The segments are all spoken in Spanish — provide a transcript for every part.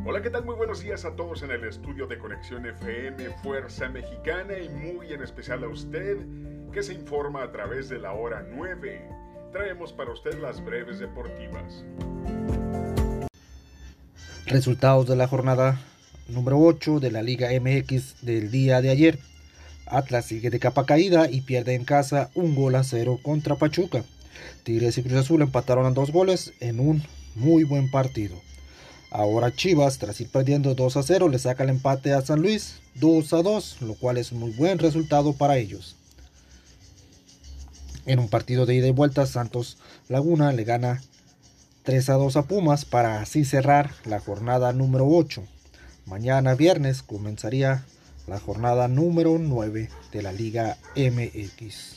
Hola, ¿qué tal? Muy buenos días a todos en el estudio de Conexión FM Fuerza Mexicana y muy en especial a usted que se informa a través de la hora 9. Traemos para usted las breves deportivas. Resultados de la jornada número 8 de la Liga MX del día de ayer. Atlas sigue de capa caída y pierde en casa 1-0 contra Pachuca. Tigres y Cruz Azul empataron a 2 goles en un muy buen partido. Ahora Chivas, tras ir perdiendo 2-0, le saca el empate a San Luis 2-2, lo cual es un muy buen resultado para ellos. En un partido de ida y vuelta, Santos Laguna le gana 3-2 a Pumas para así cerrar la jornada número 8. Mañana viernes comenzaría la jornada número 9 de la Liga MX.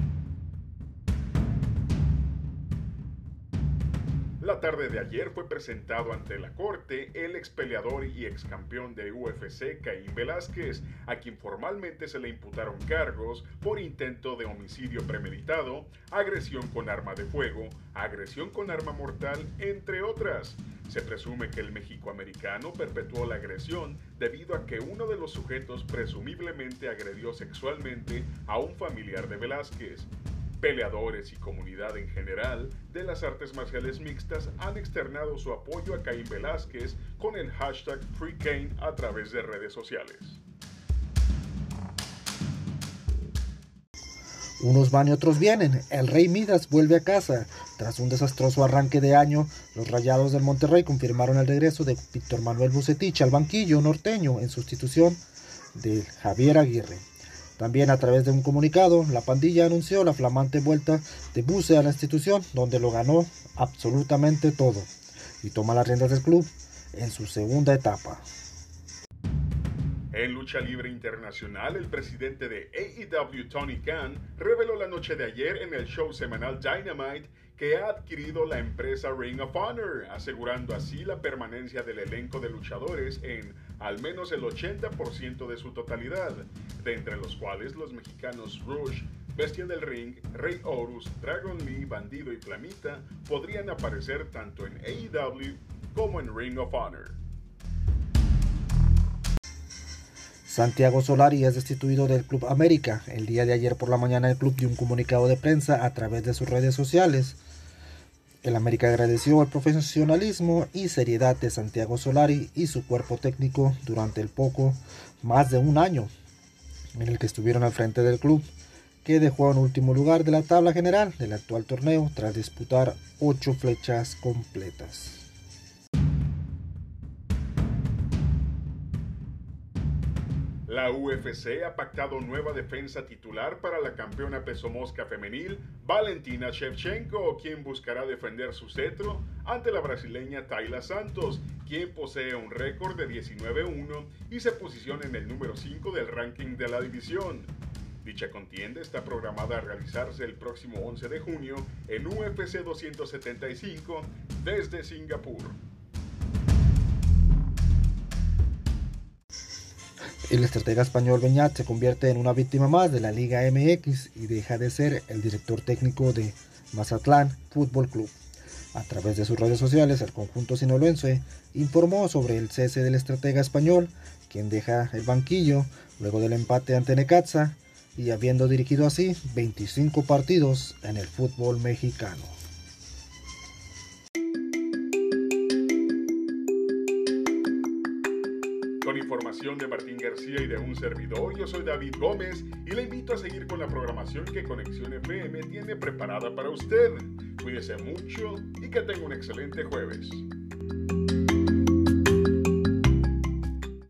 La tarde de ayer fue presentado ante la corte el ex peleador y ex campeón de UFC Caín Velázquez, a quien formalmente se le imputaron cargos por intento de homicidio premeditado, agresión con arma de fuego, agresión con arma mortal, entre otras. Se presume que el mexicoamericano perpetuó la agresión debido a que uno de los sujetos presumiblemente agredió sexualmente a un familiar de Velázquez. Peleadores y comunidad en general de las artes marciales mixtas han externado su apoyo a Caín Velázquez con el hashtag FreeCain a través de redes sociales. Unos van y otros vienen. El Rey Midas vuelve a casa. Tras un desastroso arranque de año, los Rayados del Monterrey confirmaron el regreso de Víctor Manuel Vucetich al banquillo norteño en sustitución de Javier Aguirre. También a través de un comunicado, la pandilla anunció la flamante vuelta de Buce a la institución, donde lo ganó absolutamente todo y toma las riendas del club en su segunda etapa. En lucha libre internacional, el presidente de AEW, Tony Khan, reveló la noche de ayer en el show semanal Dynamite que ha adquirido la empresa Ring of Honor, asegurando así la permanencia del elenco de luchadores en al menos el 80% de su totalidad, de entre los cuales los mexicanos Rush, Bestia del Ring, Rey Horus, Dragon Lee, Bandido y Flamita podrían aparecer tanto en AEW como en Ring of Honor. Santiago Solari es destituido del Club América. El día de ayer por la mañana el club dio un comunicado de prensa a través de sus redes sociales. El América agradeció el profesionalismo y seriedad de Santiago Solari y su cuerpo técnico durante el poco más de un año en el que estuvieron al frente del club, que dejó en último lugar de la tabla general del actual torneo tras disputar 8 fechas completas. La UFC ha pactado nueva defensa titular para la campeona peso mosca femenil Valentina Shevchenko, quien buscará defender su cetro ante la brasileña Taila Santos, quien posee un récord de 19-1 y se posiciona en el número 5 del ranking de la división. Dicha contienda está programada a realizarse el próximo 11 de junio en UFC 275 desde Singapur. El estratega español Beñat se convierte en una víctima más de la Liga MX y deja de ser el director técnico de Mazatlán Fútbol Club. A través de sus redes sociales, el conjunto sinaloense informó sobre el cese del estratega español, quien deja el banquillo luego del empate ante Necaxa y habiendo dirigido así 25 partidos en el fútbol mexicano. Con información de Martín García y de un servidor, yo soy David Gómez y le invito a seguir con la programación que Conexión FM tiene preparada para usted. Cuídese mucho y que tenga un excelente jueves.